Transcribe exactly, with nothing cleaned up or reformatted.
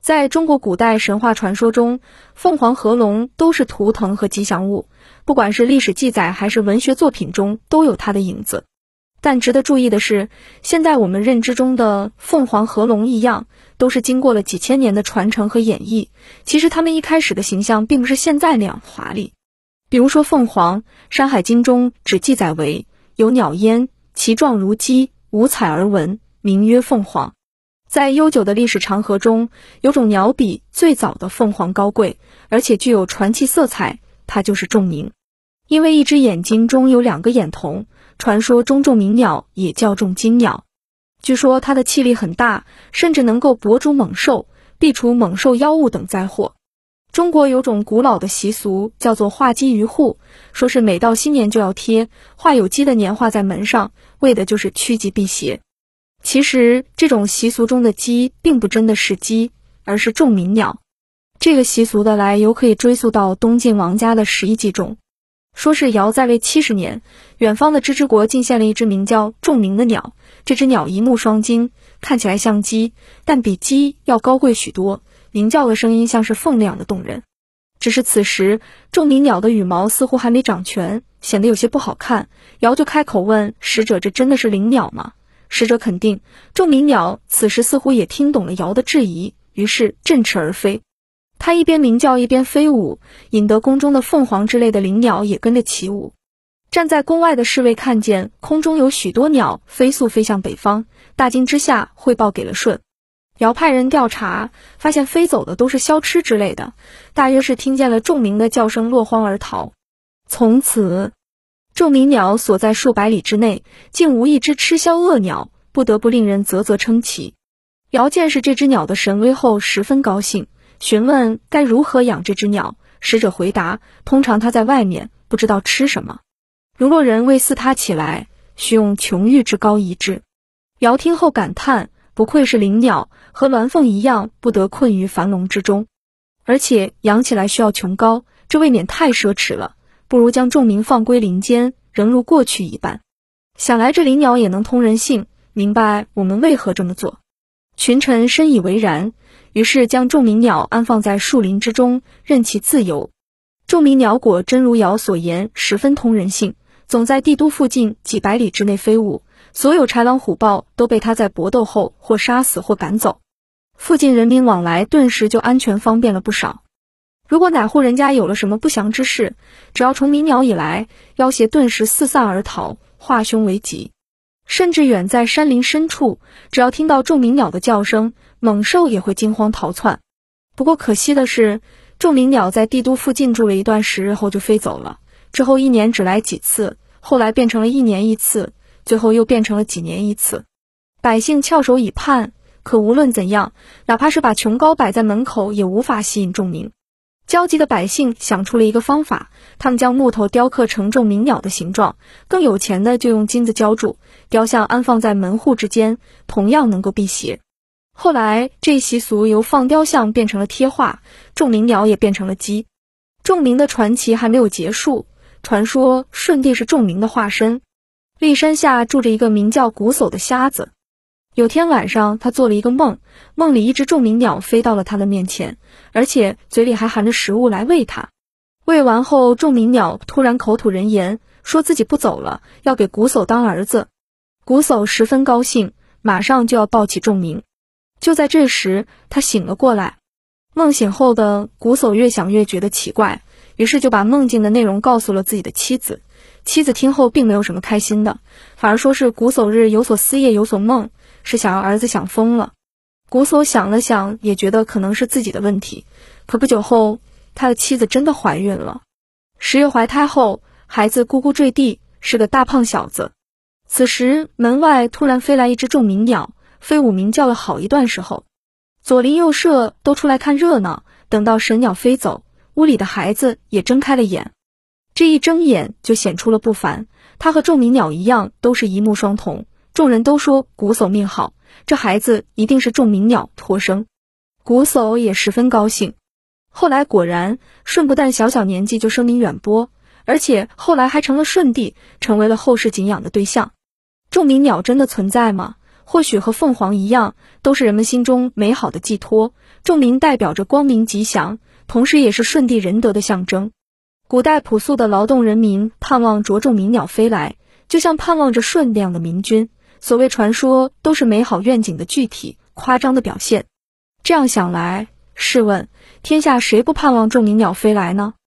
在中国古代神话传说中，凤凰和龙都是图腾和吉祥物，不管是历史记载还是文学作品中都有它的影子。但值得注意的是，现在我们认知中的凤凰和龙一样，都是经过了几千年的传承和演绎，其实它们一开始的形象并不是现在那样华丽。比如说凤凰，《山海经》中只记载为有鸟焉，其状如鸡，五彩而纹，名曰凤凰。在悠久的历史长河中，有种鸟比最早的凤凰高贵，而且具有传奇色彩，它就是仲鸣。因为一只眼睛中有两个眼瞳，传说中仲鸣鸟也叫仲金鸟。据说它的气力很大，甚至能够搏逐猛兽，避除猛兽妖物等灾祸。中国有种古老的习俗叫做画鸡于户，说是每到新年就要贴画有鸡的年画在门上，为的就是趋吉避邪。其实这种习俗中的鸡并不真的是鸡，而是仲鸣鸟。这个习俗的来由可以追溯到东晋王家的十一记中，说是尧在位七十年，远方的芝芝国进献了一只名叫仲鸣的鸟。这只鸟一目双睛，看起来像鸡，但比鸡要高贵许多，鸣叫的声音像是凤那样的动人。只是此时仲鸣鸟的羽毛似乎还没长全，显得有些不好看。尧就开口问使者，这真的是灵鸟吗？使者肯定。仲鸣鸟此时似乎也听懂了尧的质疑，于是振翅而飞。它一边鸣叫一边飞舞，引得宫中的凤凰之类的灵鸟也跟着起舞。站在宫外的侍卫看见空中有许多鸟飞速飞向北方，大惊之下汇报给了舜。尧派人调查，发现飞走的都是枭痴之类的，大约是听见了仲鸣的叫声落荒而逃。从此仲鸣鸟所在数百里之内，竟无一只吃枭恶鸟，不得不令人啧啧称奇。尧见识这只鸟的神威后十分高兴，询问该如何养这只鸟。使者回答，通常它在外面，不知道吃什么。如若人为饲它起来，需用琼玉之膏医治。尧听后感叹，不愧是灵鸟，和鸾凤一样，不得困于樊笼之中。而且养起来需要琼膏，这未免太奢侈了，不如将仲鸣放归林间，仍如过去一般。想来这灵鸟也能通人性，明白我们为何这么做。群臣深以为然，于是将仲鸣鸟安放在树林之中，任其自由。仲鸣鸟果真如尧所言，十分通人性，总在帝都附近几百里之内飞舞，所有豺狼虎豹都被它在搏斗后或杀死或赶走，附近人民往来顿时就安全方便了不少。如果哪户人家有了什么不祥之事，只要从鸣鸟以来，妖邪顿时四散而逃，化凶为吉。甚至远在山林深处，只要听到仲鸣鸟的叫声，猛兽也会惊慌逃窜。不过可惜的是，仲鸣鸟在帝都附近住了一段时日后就飞走了，之后一年只来几次，后来变成了一年一次，最后又变成了几年一次。百姓翘首以盼，可无论怎样，哪怕是把琼膏摆在门口，也无法吸引仲鸣。焦急的百姓想出了一个方法，他们将木头雕刻成仲鸣鸟的形状，更有钱的就用金子浇筑，雕像安放在门户之间，同样能够辟邪。后来这一习俗由放雕像变成了贴画，仲鸣鸟也变成了鸡。仲鸣的传奇还没有结束，传说舜帝是仲鸣的化身。骊山下住着一个名叫瞽叟的瞎子。有天晚上，他做了一个梦，梦里一只仲鸣鸟飞到了他的面前，而且嘴里还含着食物来喂他。喂完后，仲鸣鸟突然口吐人言，说自己不走了，要给瞽叟当儿子。瞽叟十分高兴，马上就要抱起仲鸣。就在这时，他醒了过来。梦醒后的瞽叟越想越觉得奇怪，于是就把梦境的内容告诉了自己的妻子。妻子听后并没有什么开心的，反而说是瞽叟日有所思夜有所梦，是想要儿子想疯了。瞽叟想了想，也觉得可能是自己的问题。可不久后，他的妻子真的怀孕了。十月怀胎后，孩子咕咕坠地，是个大胖小子。此时门外突然飞来一只仲鸣鸟，飞舞鸣叫了好一段时候。左邻右舍都出来看热闹，等到神鸟飞走，屋里的孩子也睁开了眼。这一睁眼就显出了不凡，他和仲鸣鸟一样，都是一目双瞳。众人都说瞽叟命好，这孩子一定是仲鸣鸟托生。瞽叟也十分高兴。后来果然，舜不但小小年纪就声名远播，而且后来还成了舜帝，成为了后世敬仰的对象。仲鸣鸟真的存在吗？或许和凤凰一样，都是人们心中美好的寄托。 仲鸣代表着光明吉祥，同时也是顺地仁德的象征。古代朴素的劳动人民盼望着仲鸣鸟飞来，就像盼望着顺亮的明君。所谓传说都是美好愿景的具体，夸张的表现。这样想来，试问天下谁不盼望仲鸣鸟飞来呢？